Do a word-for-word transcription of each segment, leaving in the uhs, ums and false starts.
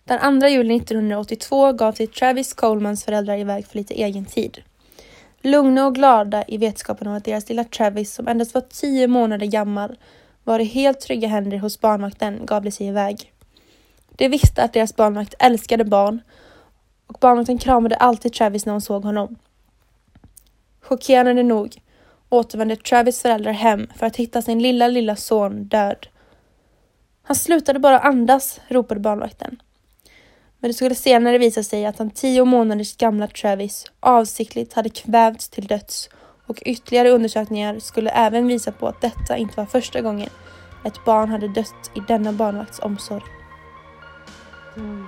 Den andra juli nittonhundraåttiotvå gav sig Travis Colemans föräldrar iväg för lite egen tid. Lugna och glada i vetskapen om att deras lilla Travis, som endast var tio månader gammal, var i helt trygga händer hos barnvakten, gav de sig iväg. De visste att deras barnvakt älskade barn, och barnvakten kramade alltid Travis när hon såg honom. Chockerande nog återvände Travis föräldrar hem för att hitta sin lilla, lilla son död. Han slutade bara andas, ropade barnvakten. Men det skulle senare visa sig att han tio månaders gamla Travis avsiktligt hade kvävts till döds, och ytterligare undersökningar skulle även visa på att detta inte var första gången ett barn hade dött i denna barnvakts omsorg. Mm.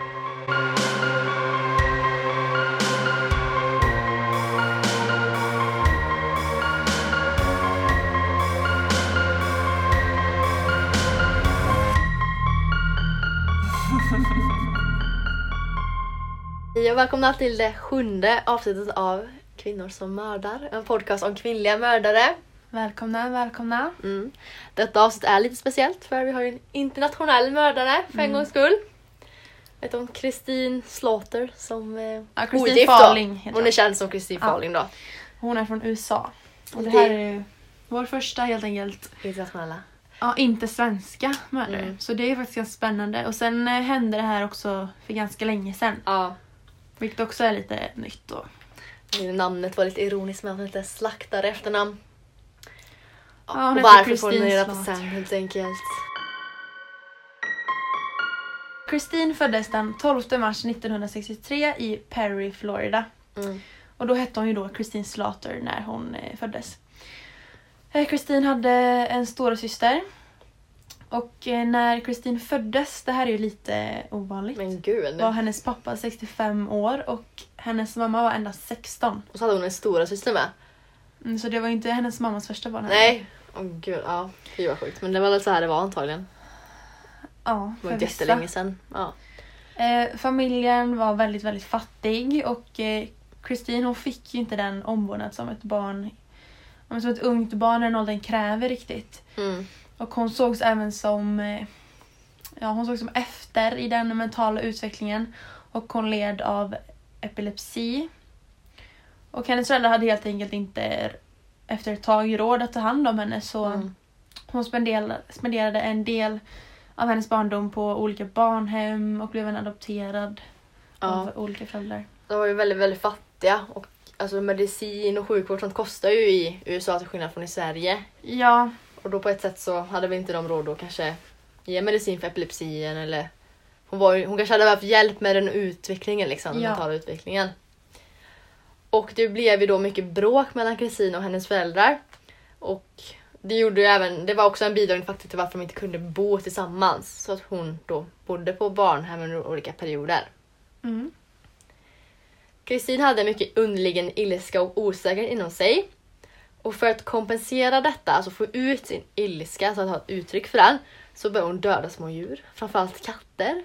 Jag välkomnar till det sjunde avsnittet av Kvinnor som mördar. En podcast om kvinnliga mördare. Välkomna, välkomna. Mm. Detta avsnitt är lite speciellt för vi har en internationell mördare för en mm. gångs skull. Vet om Christine Slaughter som eh, ja, Christine Falling. Hon är känd som Christine ja. Falling då. Hon är från U S A. Och det här är vår första helt enkelt internationella. Ja, inte svenska mördare. Mm. Så det är faktiskt ganska spännande. Och sen eh, hände det här också för ganska länge sedan. Ja. Vilket också är lite nytt då. Namnet var lite ironiskt med att hon inte slaktade efternamn. Ja, ja, och varför får hon reda på sen helt enkelt. Christine föddes den tolfte mars nittonhundrasextiotre i Perry, Florida. Mm. Och då hette hon ju då Christine Slaughter när hon eh, föddes. Eh, Christine hade en stora syster. Och eh, när Christine föddes, det här är ju lite ovanligt. Men gud. Var hennes pappa sextiofem år och hennes mamma var endast sexton. Och så hade hon en stora syster med. Mm, så det var inte hennes mammas första barn. Nej. Åh oh, gud, ja. Det var sjukt. Men det var väl så här det var antagligen. Ja, för det var jättelänge sedan. Ja. Eh, familjen var väldigt, väldigt fattig. Och eh, Christine, hon fick ju inte den omvårdnad som ett barn, som ett ungt barn när åldern kräver riktigt. Mm. Och hon sågs även som eh, ja, hon sågs som efter i den mentala utvecklingen. Och hon led av epilepsi. Och hennes föräldrar hade helt enkelt inte efter ett tag råd att ta hand om henne. Så mm. hon spenderade, spenderade en del av hennes barndom på olika barnhem och blev en adopterad ja. av olika föräldrar. De var ju väldigt, väldigt fattiga. Och alltså medicin och sjukvård sånt kostar ju i U S A till skillnad från i Sverige. Ja. Och då på ett sätt så hade vi inte de råd att kanske ge medicin för epilepsien eller hon, var ju, hon kanske hade haft hjälp med den utvecklingen liksom, den ja. mentala utvecklingen. Och det blev ju då mycket bråk mellan Christine och hennes föräldrar. Och det gjorde ju även, det var också en bidragande faktor till varför de inte kunde bo tillsammans. Så att hon då bodde på barnhem under olika perioder. Mm. Christine hade mycket underliggande ilska och osäkerhet inom sig. Och för att kompensera detta, alltså få ut sin ilska, så att ha ett uttryck för den, så började hon döda små djur. Framförallt katter.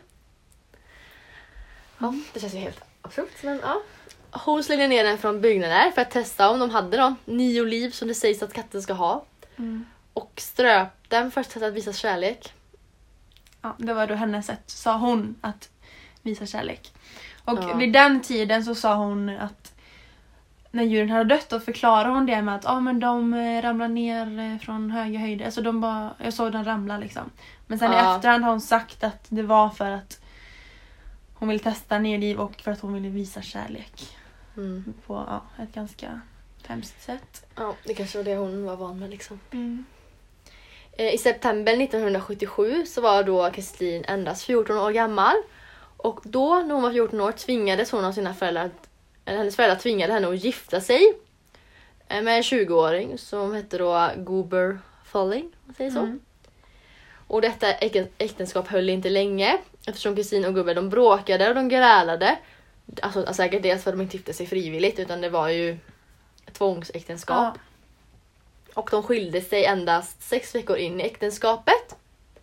Ja, det känns ju helt absurt, men ja. Hon slängde ner den från byggnader för att testa om de hade de nio liv som det sägs att katter ska ha. Mm. Och ströp den för att testa att visa kärlek. Ja, det var då hennes sätt, sa hon, att visa kärlek. Och ja. vid den tiden så sa hon att när djuren hade dött, då förklarade hon det med att ah, men de ramlar ner från höga höjder. Alltså de bara, jag såg den ramla liksom. Men sen ja. i efterhand har hon sagt att det var för att hon ville testa ner liv och för att hon ville visa kärlek. Mm. På ja, ett ganska hemskt sätt. Ja, det kanske var det hon var van med liksom. Mm. I september nittonhundrasjuttiosju så var då Christine endast fjorton år gammal. Och då när hon var fjorton år tvingades hon av sina föräldrar, eller hennes föräldrar tvingade henne att gifta sig med en tjugoåring som hette då Goober Falling, man säger så. Mm. Och detta äktenskap höll inte länge eftersom Christine och Goober de bråkade och de grälade. Alltså säkert dels för att de inte gifte sig frivilligt utan det var ju ett tvångsäktenskap. Ja. Och de skilde sig endast sex veckor in i äktenskapet.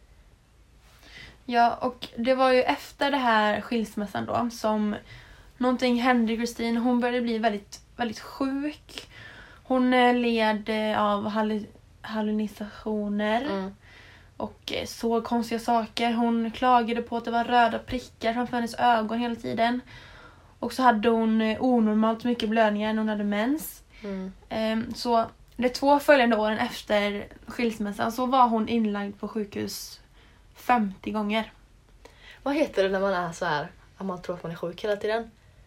Ja, och det var ju efter det här skilsmässan då som någonting hände Christine. Hon började bli väldigt, väldigt sjuk. Hon led av hallucinationer. Mm. och eh, såg konstiga saker. Hon klagade på att det var röda prickar framför hennes ögon hela tiden. Och så hade hon eh, onormalt mycket blödningar när hon hade mens. Mm. Eh, så de två följande åren efter skilsmässan så var hon inlagd på sjukhus femtio gånger. Vad heter det när man är så här, att man tror att man är sjuk hela tiden?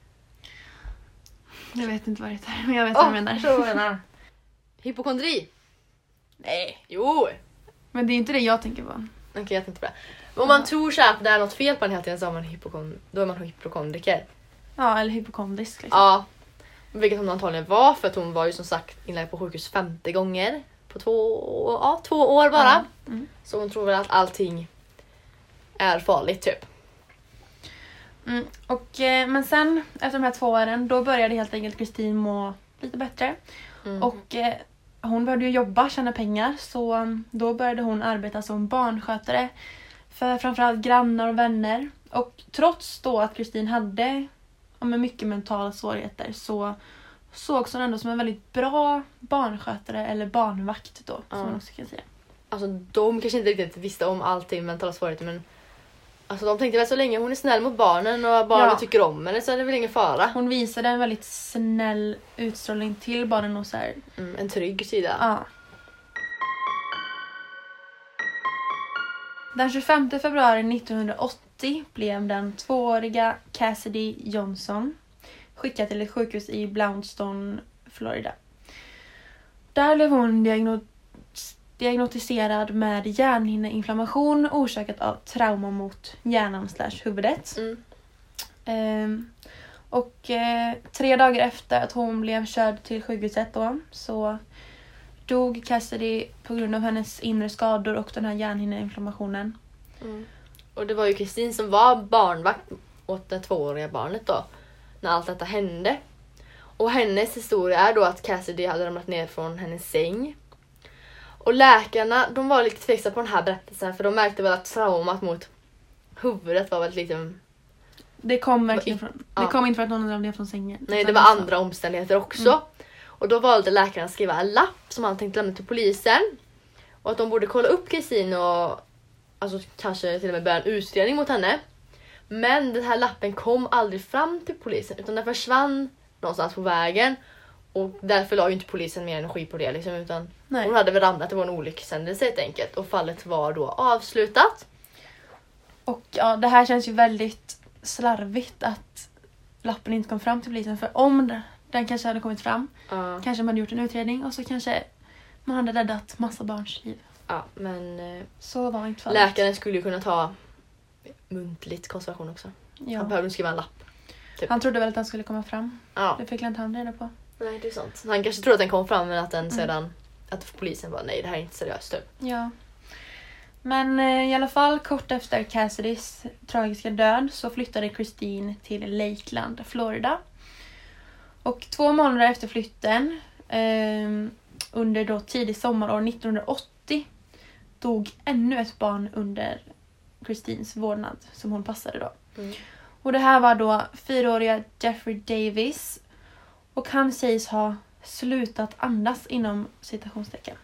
Jag vet inte vad det heter, men jag vet Oh, vad du menar. jag menar. Hypokondri. Nej. Jo. Men det är inte det jag tänker på. Okej, okay, jag tänkte på det. Men om man tror så här att det är något fel på en hela tiden så är man hypokond- då är man hypokondriker. Ja, eller hypokondrisk. Liksom. Ja. Vilket hon antagligen var, för att hon var ju som sagt inlagd på sjukhus femtio gånger. På två, ja, två år bara. Ja. Mm. Så hon tror väl att allting är farligt typ. Mm. Och, eh, men sen, efter de här två åren, då började helt enkelt Christine må lite bättre. Mm. Och eh, hon började ju jobba, tjäna pengar. Så um, då började hon arbeta som barnskötare för framförallt grannar och vänner. Och trots då att Christine hade ja, med mycket mentala svårigheter så sågs hon ändå som en väldigt bra barnskötare eller barnvakt då, som Ja. man också kan säga. Alltså de kanske inte riktigt visste om allting mentala svårigheter, men alltså de tänkte väl så länge hon är snäll mot barnen och barnen Ja. tycker om henne så är det väl ingen fara. Hon visade en väldigt snäll utstrålning till barnen och så här. Mm, en trygg sida. Ja. Den tjugofemte februari nittonhundraåttio blev den tvååriga Cassidy Johnson skickad till ett sjukhus i Blountstown, Florida. Där blev hon diagno- diagnostiserad med hjärnhinneinflammation orsakat av trauma mot hjärnan slash huvudet. Mm. Ehm, och eh, tre dagar efter att hon blev körd till sjukhuset då, så dog Cassidy på grund av hennes inre skador och den här hjärnhinneinflammationen. Mm. Och det var ju Kristin som var barnvakt åt det tvååriga barnet då, när allt detta hände. Och hennes historia är då att Cassidy hade ramlat ner från hennes säng. Och läkarna, de var lite tveksamma på den här berättelsen, för de märkte väl att traumat mot huvudet var väldigt liksom... Det kom verkligen från, Ja. det kom inte för att någon ramlade ner från sängen. Nej, Utan det var så- andra omständigheter också. Mm. Och då valde läkaren att skriva en lapp som han tänkte lämna till polisen. Och att de borde kolla upp Kristin och alltså kanske till och med börja en utredning mot henne. Men den här lappen kom aldrig fram till polisen, utan den försvann någonstans på vägen. Och därför la ju inte polisen mer energi på det liksom, utan Nej. hon hade väl ramlat, det var en olyckshändelse helt enkelt. Och fallet var då avslutat. Och ja, det här känns ju väldigt slarvigt att lappen inte kom fram till polisen. För om det- den kanske hade kommit fram, Ja, kanske man hade gjort en utredning och så kanske man hade räddat massa barns liv. ja men eh, Så var inte fallet. läkaren skulle ju kunna ta muntligt konservation också. Han Ja. behövde skriva en lapp. Han trodde väl att den skulle komma fram. Ja. Det fick inte han reda på. Nej, det är sant. Han kanske trodde att den kom fram, men att den Mm. sedan att polisen var nej, det här är inte seriöst typ. Ja. Men eh, i alla fall kort efter Cassidys tragiska död så flyttade Christine till Lakeland, Florida. Och två månader efter flytten, eh, under då tidig sommarår nittonhundraåttio, dog ännu ett barn under Christines vårdnad som hon passade då. Mm. Och det här var då fyraåriga Jeffrey Davis. Och han sägs ha slutat andas inom citationstecken.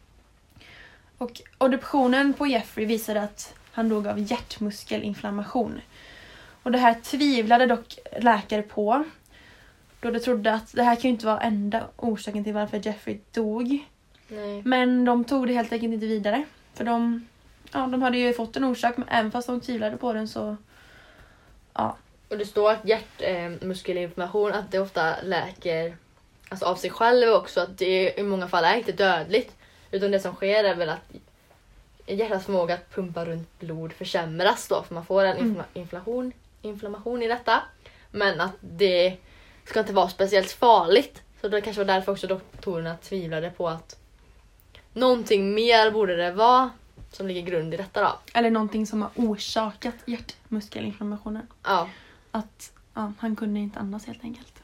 Och obduktionen på Jeffrey visade att han dog av hjärtmuskelinflammation. Och det här tvivlade dock läkare på. Då de trodde att det här kan ju inte vara enda orsaken till varför Jeffrey dog. Nej. Men de tog det helt enkelt inte vidare. För de, ja, de hade ju fått en orsak, men även fast de tvivlade på den så... Ja, Och det står att hjärtmuskelinflammation, att det ofta läker alltså av sig själv också, att det i många fall är inte dödligt. Utan det som sker är väl att hjärtats förmåga att pumpa runt blod försämras då, för man får en infla- inflation, inflammation i detta. Men att det ska inte vara speciellt farligt. Så det kanske var därför också doktorerna tvivlade på att någonting mer borde det vara som ligger grund i detta då. eller någonting som har orsakat hjärtmuskelinflammationen. Ja. Att ja, han kunde inte andas helt enkelt.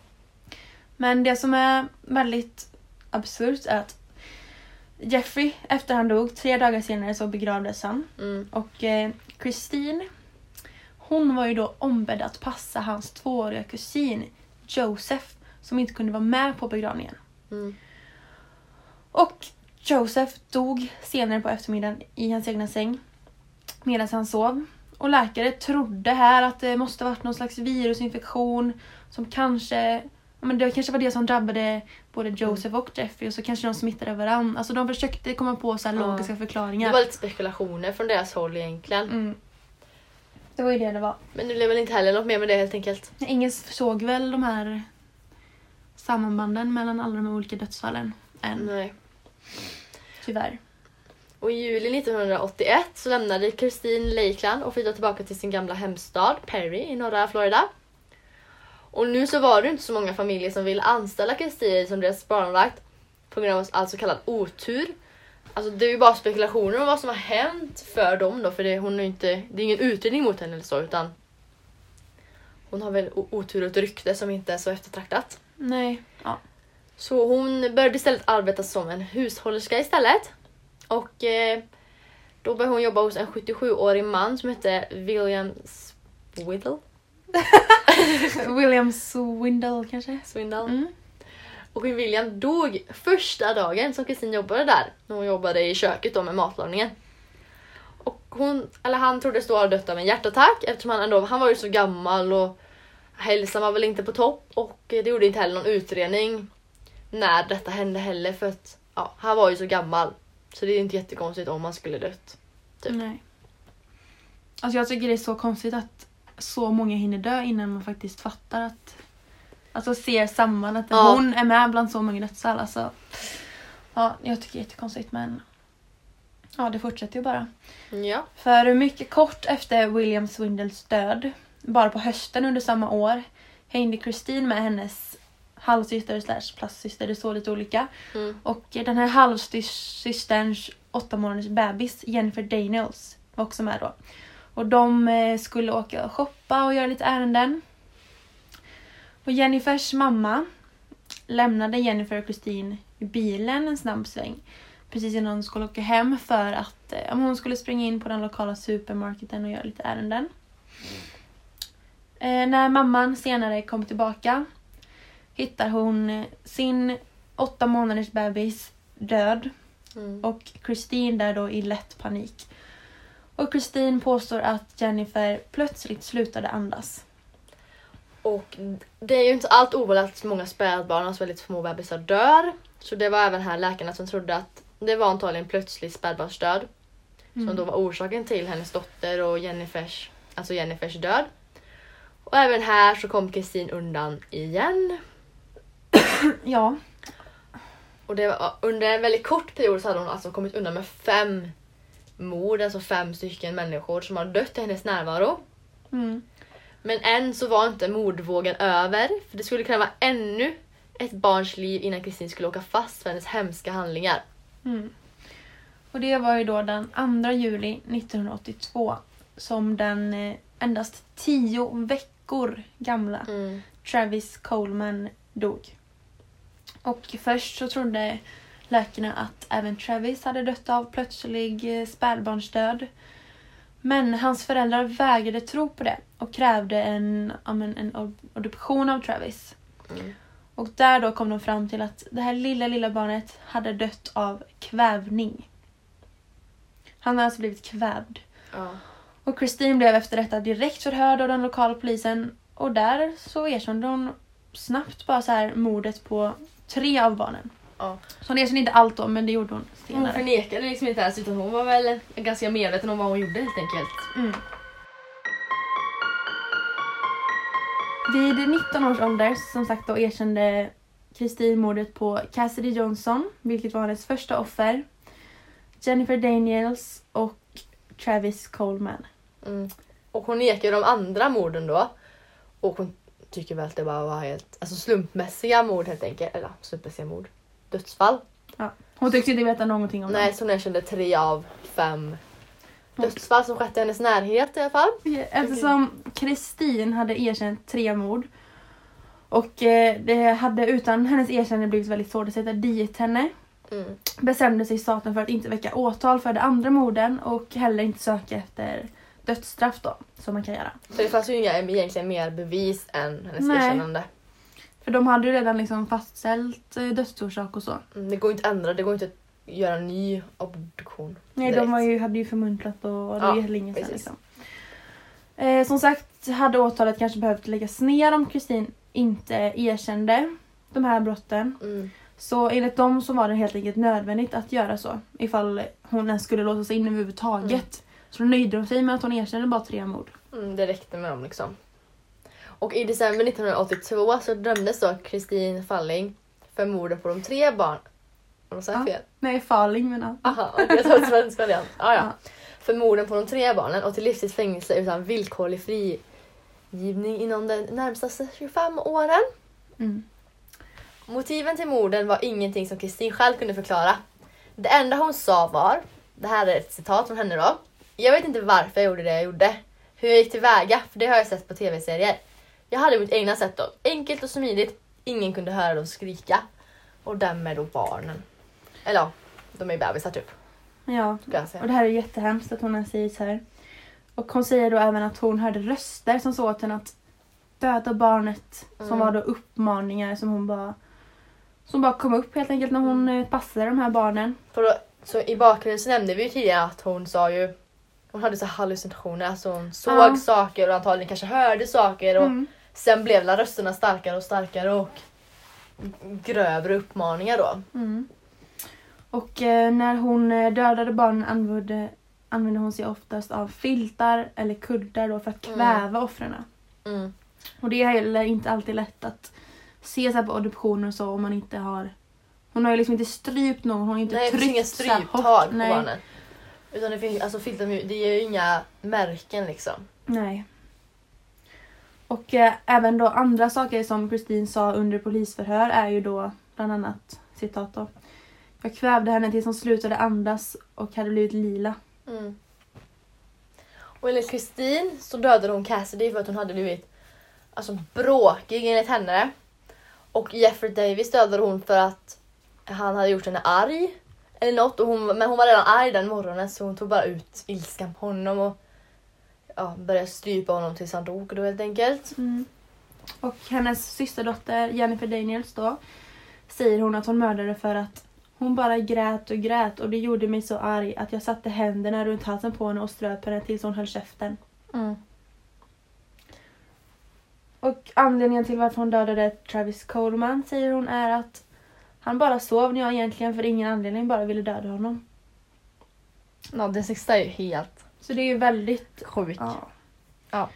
Men det som är väldigt absurt är att Jeffrey, efter han dog, tre dagar senare så begravdes han. Mm. Och eh, Christine, hon var ju då ombedd att passa hans tvååriga kusin Joseph, som inte kunde vara med på begravningen. Mm. Och Joseph dog senare på eftermiddagen i hans egna säng medan han sov. Och läkare trodde här att det måste varit någon slags virusinfektion som kanske... Ja, men det kanske var det som drabbade både Joseph och Jeffrey, och så kanske de smittade varandra. Alltså de försökte komma på så här Ja. logiska förklaringar. Det var lite spekulationer från deras håll egentligen. Mm. Det var ju det det var. Men det blev väl inte heller något mer med det helt enkelt. Ingen såg väl de här sammanbanden mellan alla de här olika dödsfallen än. Nej. Tyvärr. Och i juli nittonhundraåttioett så lämnade Christine Lakeland och flyttade tillbaka till sin gamla hemstad Perry i norra Florida. Och nu så var det inte så många familjer som ville anställa Christine som deras barnvakt på grund av all så kallad otur. Alltså det är ju bara spekulationer om vad som har hänt för dem då, för det, hon är inte, det är ingen utredning mot henne eller så, utan hon har väl otur och ett rykte som inte är så eftertraktat. Nej. Ja. Så hon började istället arbeta som en hushållerska istället. Och eh, då började hon jobba hos en sjuttiosjuårig man som hette William Swindle. William Swindle kanske? Swindle. Mm. Och William dog första dagen som Kristin jobbade där. När hon jobbade i köket då med matlagningen. Och hon, eller han troddes då ha dött av en hjärtattack. Eftersom han ändå, han var ju så gammal och hälsan var väl inte på topp. Och det gjorde inte heller någon utredning när detta hände heller. För att ja, han var ju så gammal. Så det är inte jättekonstigt om han skulle dött. Typ. Nej. Alltså jag tycker det är så konstigt att så många hinner dö innan man faktiskt fattar att... Alltså ser samman att Ja. hon är med bland så många dödsfall. Alltså, ja, jag tycker det är jättekonstigt, men... Ja, det fortsätter ju bara. Ja. För mycket kort efter William Swindles död, bara på hösten under samma år, hängde Christine med hennes halvsyster slash plastsyster, det såg lite olika. Mm. Och den här halvsysterns åtta månaders bebis, Jennifer Daniels, var också med då. Och de eh, skulle åka och shoppa och göra lite ärenden. Och Jennifers mamma lämnade Jennifer och Christine i bilen en snabb sväng. Precis innan hon skulle åka hem för att eh, hon skulle springa in på den lokala supermarketen och göra lite ärenden. Eh, när mamman senare kom tillbaka hittar hon eh, sin åtta månaders bebis död. Mm. Och Christine där då i lätt panik. Och Christine påstår att Jennifer plötsligt slutade andas. Och det är ju inte allt ovanligt att många spädbarn, alltså väldigt små bebisar, dör. Så det var även här läkarna som trodde att det var antagligen plötslig spädbarnsdöd. Mm. Som då var orsaken till hennes dotter och Jennifers, alltså Jennifers död. Och även här så kom Christine undan igen. Ja. Och det var, under en väldigt kort period så hade hon alltså kommit undan med fem mord, alltså fem stycken människor som har dött i hennes närvaro. Mm. Men än så var inte mordvågen över, för det skulle kunna vara ännu ett barns liv innan Christine skulle åka fast för hennes hemska handlingar. Mm. Och det var ju då den andra juli nittonhundraåttiotvå som den eh, endast tio veckor gamla Mm. Travis Coleman dog. Och först så trodde läkarna att även Travis hade dött av plötslig eh, spädbarnsdöd. Men hans föräldrar vägrade tro på det och krävde en, en, en adoption av Travis. Mm. Och där då kom de fram till att det här lilla, lilla barnet hade dött av kvävning. Han hade alltså blivit kvävd. Ja. Och Christine blev efter detta direkt förhörd av den lokala polisen. Och där så erkände hon snabbt bara så här mordet på tre av barnen. Ja. Så hon erkände inte allt då, men det gjorde hon Hon senare. förnekade liksom inte ens, utan hon var väl ganska medveten om vad hon gjorde helt enkelt. Mm. Vid nitton års ålder som sagt då erkände Christine mordet på Cassidy Johnson, vilket var hennes första offer, Jennifer Daniels och Travis Coleman. Mm. Och hon nekar de andra morden då. Och hon tycker väl att det bara var helt alltså slumpmässiga mord helt enkelt. Eller slumpmässiga mord. Dödsfall. Ja. Hon tyckte inte veta någonting om Nej, så hon erkände tre av fem dödsfall som skett i hennes närhet i alla fall. dem. Eftersom Christine hade erkänt tre mord och eh, det hade utan hennes erkännande blivit väldigt svårt att sätta dit henne, Mm. bestämde sig staten för att inte väcka åtal för de andra morden och heller inte söka efter dödsstraff då, som man kan göra. Så det fanns ju inga egentligen mer bevis än hennes Nej. erkännande. För de hade ju redan liksom fastställt eh, dödsorsak och så. Mm, det går inte att ändra, det går inte att göra en ny obduktion. Nej, direkt. de var ju, hade ju förmuntrat och, och det Ja, var ju länge sedan. precis. Liksom. Eh, som sagt hade åtalet kanske behövt läggas ner om Kristin inte erkände de här brotten. Mm. Så enligt dem så var det helt enkelt nödvändigt att göra så. Ifall hon ens skulle låsas in överhuvudtaget. Mm. Så då nöjde de sig med att hon erkände bara tre mord. Mm, det räckte med dem liksom. Och i december nittonhundraåttiotvå så dömdes då Kristin Falling för mordet på de tre barn. Har de sagt Ja. fel? Nej, Falling menar jag. Aha, okej, jag tar ett svensk variant. Ah, ja. Ja. För morden på de tre barnen och till livstids fängelse utan villkorlig frigivning inom de närmaste tjugofem åren. Mm. Motiven till morden var ingenting som Kristin själv kunde förklara. Det enda hon sa var, det här är ett citat från henne då. Jag vet inte varför jag gjorde det jag gjorde. Hur jag gick tillväga, för det har jag sett på tv-serier. Jag hade mitt egna sätt då. Enkelt och smidigt. Ingen kunde höra dem skrika. Och därmed då barnen. Eller ja, de är ju bebisar typ. Ja, Ska jag säga. och det här är jättehemskt att hon ens säger så här. Och hon säger då även att hon hörde röster som sa åt henne att döda barnet. Mm. Som var då uppmaningar som hon bara som bara kom upp helt enkelt när hon mm. passade de här barnen. För då, så i bakgrunden så nämnde vi ju tidigare att hon sa ju, hon hade så hallucinationer, alltså hon såg Ja. saker och antagligen kanske hörde saker och Mm. sen blev la rösterna starkare och starkare och grövre uppmaningar då. Mm. Och eh, när hon eh, dödade barnen använde, använde hon sig oftast av filtar eller kuddar då för att kväva Mm. offren. Mm. Och det är heller inte alltid lätt att se så här på adoptioner och så om man inte har... Hon har ju liksom inte strypt någon, hon har ju inte Nej, det finns inga tryckt så här stryptag hårt. på Nej. barnen. Utan det finns, alltså filtar, det ger ju inga märken liksom. Nej. Och eh, även då andra saker som Kristin sa under polisförhör är ju då bland annat, citat då. Jag kvävde henne tills hon slutade andas och hade blivit lila. Mm. Och enligt Kristin så dödade hon Cassidy för att hon hade blivit alltså bråkig enligt henne. Och Jeffrey Davis dödade hon för att han hade gjort henne arg. Eller något. Och hon, men hon var redan arg den morgonen så hon tog bara ut ilskan på honom och ja, började strypa honom tills han dog då helt enkelt. Mm. Och hennes systerdotter Jennifer Daniels då säger hon att hon mördade för att hon bara grät och grät och det gjorde mig så arg att jag satte händerna runt halsen på henne och ströp henne tills hon höll käften. Mm. Och anledningen till varför hon dödade Travis Coleman säger hon är att han bara sov när jag egentligen för ingen anledning bara ville döda honom. Ja, det sista är ju helt Så det är ju väldigt... sjukt. Ja. Ja.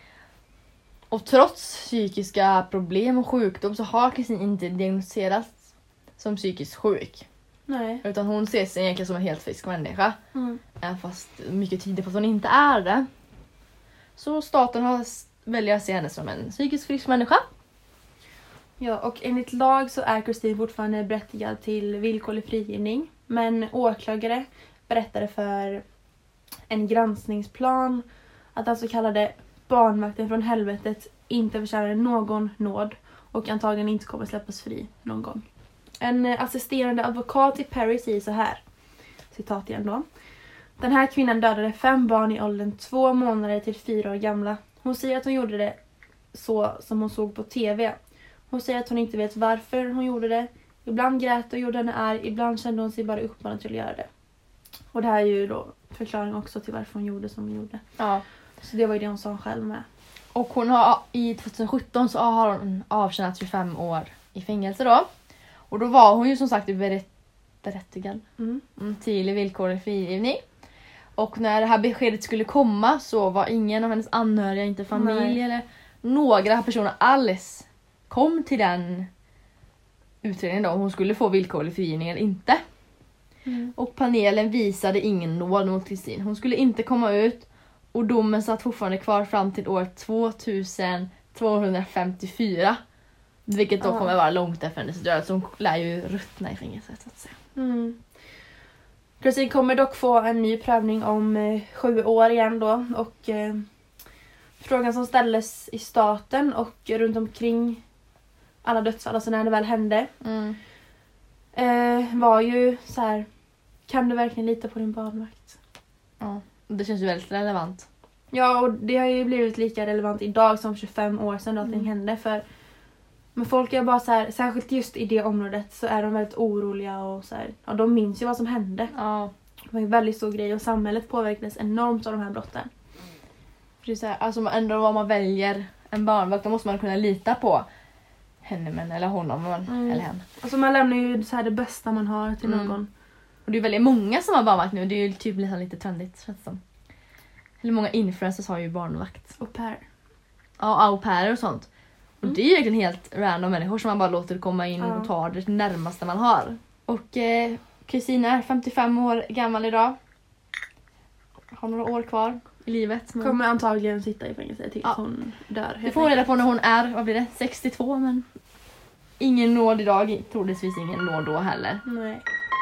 Och trots psykiska problem och sjukdom så har Kristin inte diagnostiserats som psykiskt sjuk. Nej. Utan hon ses egentligen som en helt frisk människa. Mm. Även fast mycket tyder på att hon inte är det. Så staten har väljer att se henne som en psykiskt frisk människa. Ja, och enligt lag så är Kristin fortfarande berättigad till villkorlig frigivning. Men åklagare berättade för en granskningsplan att den så kallade barnvakten från helvetet inte förtjänar någon nåd och antagligen inte kommer släppas fri någon gång. En assisterande advokat till Perry säger så här, citat igen då. Den här kvinnan dödade fem barn i åldern två månader till fyra år gamla. Hon säger att hon gjorde det så som hon såg på tv. Hon säger att hon inte vet varför hon gjorde det. Ibland grät och gjorde henne arg. Ibland kände hon sig bara uppmanad till att göra det. Och det här är ju då förklaring också till varför hon gjorde som hon gjorde. Ja. Så det var ju det hon sa själv med. Och hon har i tjugosjutton så har hon avtjänat tjugofem år i fängelse då. Och då var hon ju som sagt berätt, berättigad Mm. till villkorlig frigivning. Och när det här beskedet skulle komma så var ingen av hennes anhöriga, inte familj Nej. eller några personer alls kom till den utredningen då om hon skulle få villkorlig frigivning eller inte. Mm. Och panelen visade ingen nåd mot Kristin. Hon skulle inte komma ut och domen satt fortfarande kvar fram till år tvåtusen tvåhundrafemtiofyra. Vilket då Ja. kommer vara långt efter hennes död. Så hon lär ju ruttna i fängelset så att säga. Mm. Kristin kommer dock få en ny prövning om eh, sju år igen då. Och eh, frågan som ställdes i staten och runt omkring alla dödsfall, alltså när det väl hände, Mm. eh, var ju så här: kan du verkligen lita på din barnvakt? Ja, det känns ju väldigt relevant. Ja, och det har ju blivit lika relevant idag som tjugofem år sedan då allting Mm. hände. För Men folk är bara så här, särskilt just i det området så är de väldigt oroliga och så här, ja, de minns ju vad som hände. Ja. Det var en väldigt stor grej och samhället påverkades enormt av de här brotten. För det är så här, alltså ändå vad man väljer en barnvakt, då måste man kunna lita på henne men, eller honom Mm. eller henne. Alltså man lämnar ju så här det bästa man har till Mm. någon. Och det är väldigt många som har barnvakt nu, det är ju typ nästan lite trendigt känns det som. Eller många influencers har ju barnvakt. Och Per. Ja, au pair och sånt. Och Mm. det är ju egentligen helt random människor som man bara låter komma in Ja. och ta det närmaste man har. Och eh, kusin är femtiofem år gammal idag. Har några år kvar i livet. Men... Kommer antagligen sitta i fängelse tills Ja. hon dör. Vi helt får reda enkelt. på när hon är, vad blir det, sextiotvå men ingen nåd idag, troligtvis ingen nåd då heller. Nej.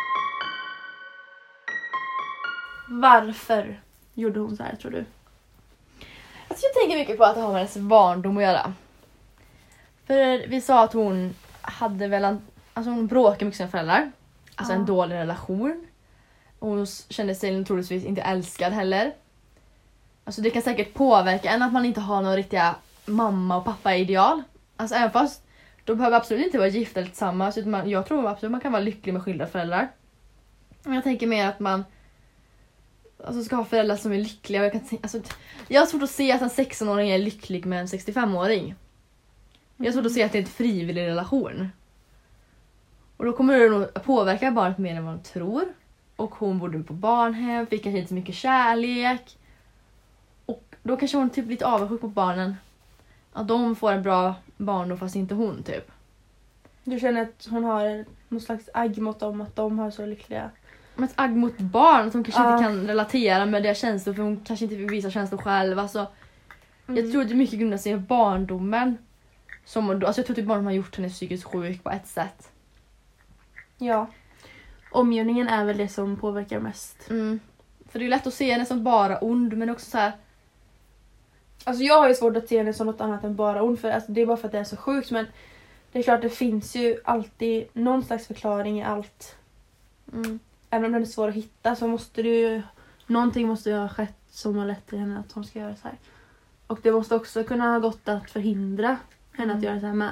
Varför gjorde hon så här tror du? Alltså jag tänker mycket på att det har med hennes barndom att göra. För vi sa att hon hade väl en, alltså hon bråkade med sina föräldrar. Alltså Ja. en dålig relation. Och hon kände sig troligtvis inte älskad heller. Alltså det kan säkert påverka en att man inte har några riktiga mamma och pappa ideal. Alltså även fast de behöver absolut inte vara gifta eller tillsammans. Utan man, jag tror absolut man kan vara lycklig med skilda föräldrar. Men jag tänker mer att man alltså ska ha föräldrar som är lyckliga. Jag, kan tänka, alltså, jag har svårt att se att en sexton-åring är lycklig med en sextiofem-åring. Jag har svårt att se att det är en frivillig relation. Och då kommer det nog påverka barnet mer än vad de tror. Och hon bodde på barnhem, fick kanske inte så mycket kärlek. Och då kanske hon typ lite avundsjuk på barnen. Att de får en bra barndom fast inte hon typ. Du känner att hon har någon slags agg mot dem, att de har så lyckliga... Men ett agg mot barn, att hon kanske Ja. inte kan relatera med deras känslor för hon kanske inte vill visa känslor själv. Alltså, Mm. jag tror att det är mycket grundat sig i barndomen. Som, alltså jag tror typ barndomen har gjort henne psykiskt sjuk på ett sätt. Ja. Omgivningen är väl det som påverkar mest. Mm. För det är lätt att se henne som bara ond men också så här. Alltså jag har ju svårt att se henne som något annat än bara ond. För alltså, det är bara för att det är så sjukt. Men det är klart det finns ju alltid någon slags förklaring i allt. Mm. Även om den är svår att hitta så måste det ju... Någonting måste ju ha skett som har lett till henne att hon ska göra så här. Och det måste också kunna ha gått att förhindra henne Mm. att göra så här med.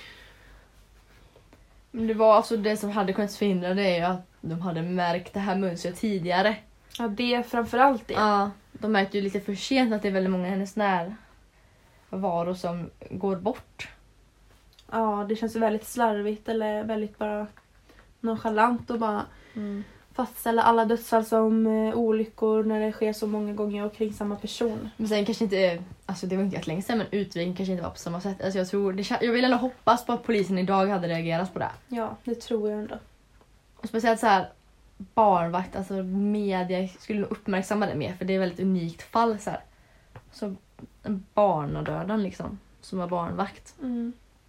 Men det var alltså det som hade kunnat förhindra det är ju att de hade märkt det här mönstret tidigare. Ja, det är framförallt det. Ja, de märkte ju lite för sent att det är väldigt många hennes närvaror som går bort. Ja, det känns ju väldigt slarvigt eller väldigt bara nonchalant och bara Mm. fastställa alla dödsfall som eh, olyckor när det sker så många gånger och kring samma person. Men sen kanske inte, alltså det var inte jättelänge sedan men utredningen kanske inte var på samma sätt. Alltså jag tror, det, jag vill ändå hoppas på att polisen idag hade reagerat på det. Ja, det tror jag ändå. Och speciellt så här barnvakt, alltså media skulle nog uppmärksamma det mer för det är ett väldigt unikt fall så här. Så en barnadöden liksom, som var barnvakt. Mm.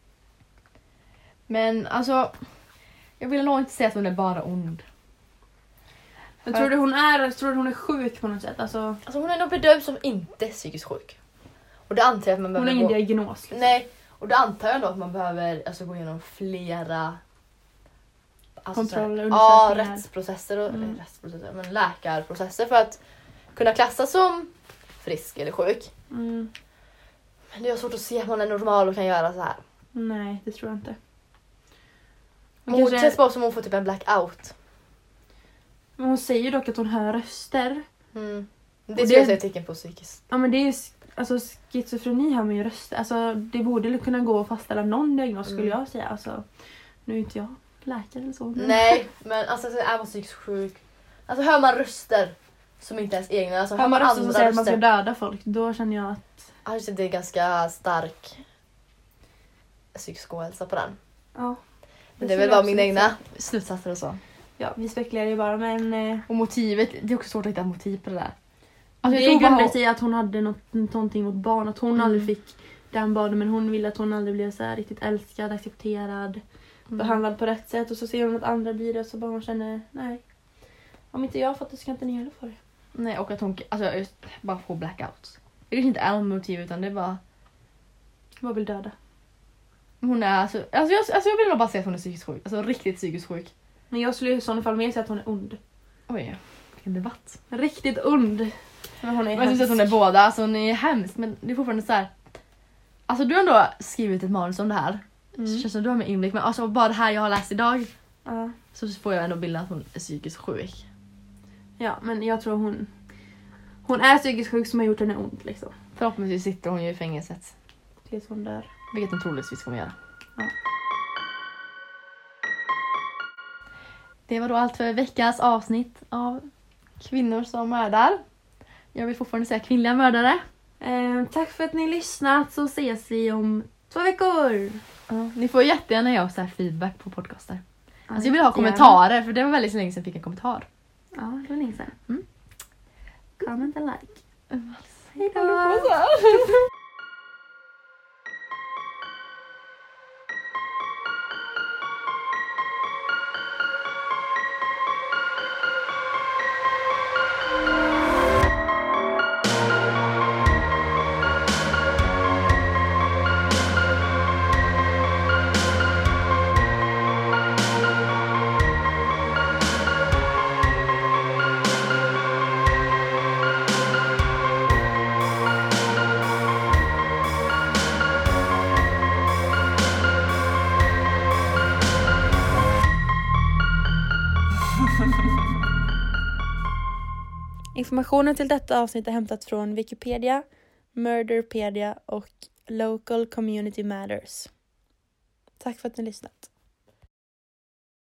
Men alltså, jag vill nog inte säga att hon är bara ond. Men tror du hon är, tror du hon är sjuk på något sätt? Alltså, Alltså hon är nog bedömd som inte psykiskt sjuk. Och det antar jag att man hon behöver har ingen gå... diagnos. Liksom. Nej, och det antar jag då att man behöver alltså, gå igenom flera alltså, Kontroller, så här- ja, undersökningar. rättsprocesser och Mm. rättsprocesser, men läkarprocesser för att kunna klassas som frisk eller sjuk. Mm. Men det är svårt att se att man är normal och kan göra så här. Nej, det tror jag inte. Hon Hon, kanske, känns bara som hon får typ en blackout. men hon säger dock att hon hör röster. Mm. Det Och tror det- jag är ett tecken på psykiskt. Ja, men det är ju, alltså schizofreni har man ju röster. Alltså det borde kunna gå att fastställa någon diagnos skulle Mm. jag säga. Alltså, nu är inte jag läkare eller så. men- Nej, men alltså så är man psykiskt sjuk. Alltså hör man röster som inte ens egna. Alltså, Hör man röster som andra säger att man ska röster. döda folk, då känner jag att... Alltså, det är ganska stark psykisk ohälsa på den. Ja, Men det är skulle väl jag bara mina absolut egna säga. slutsatser och så. Ja, vi spekulerar ju bara, men... Eh, Och motivet, det är också svårt att hitta motiv på det där. Alltså, det jag tror bara... grundar sig i att hon hade något, någonting mot barn. Att hon Mm. aldrig fick den barnen, men hon ville att hon aldrig blev så här riktigt älskad, accepterad, Mm. behandlad på rätt sätt. Och så ser hon att andra blir det, så bara hon känner, nej. Om inte jag har fått det ska inte ni heller få det. Nej, och att hon alltså, just, bara får blackouts. Det kanske inte är något motiv utan det är bara... Vad vill döda? Hon är alltså... Alltså jag, alltså jag vill nog bara säga att hon är psykiskt sjuk. Alltså riktigt psykiskt sjuk. Men jag skulle i sådana fall mer säga att hon är ond. Oj, vilken debatt. Riktigt ond. Men hon är Jag syns att hon är båda, alltså hon är hemsk men det är fortfarande så här. Alltså du har ändå skrivit ett manus om det här. Mm. Så känns som du har med inblick. Men alltså bara det här jag har läst idag. Ja. Så får jag ändå bilden att hon är psykiskt sjuk. Ja, men jag tror hon... Hon är psykiskt sjuk som har gjort henne ont liksom. Förhoppningsvis sitter hon ju i fängelset. Tills hon dör. Vilket hon troligtvis kommer göra. Ja. Det var då allt för veckans avsnitt av Kvinnor som mördar. Jag vill fortfarande säga kvinnliga mördare. Eh, tack för att ni lyssnat, så ses vi om två veckor. Ja, ni får jättegärna ge oss här feedback på podcaster. Ja, Alltså jag vill ha kommentarer, för det var väldigt länge sedan jag fick en kommentar. Ja, det var länge sedan. Mm. Comment and like. Hej då! Informationen till detta avsnitt är hämtat från Wikipedia, Murderpedia och Local Community Matters. Tack för att ni lyssnat.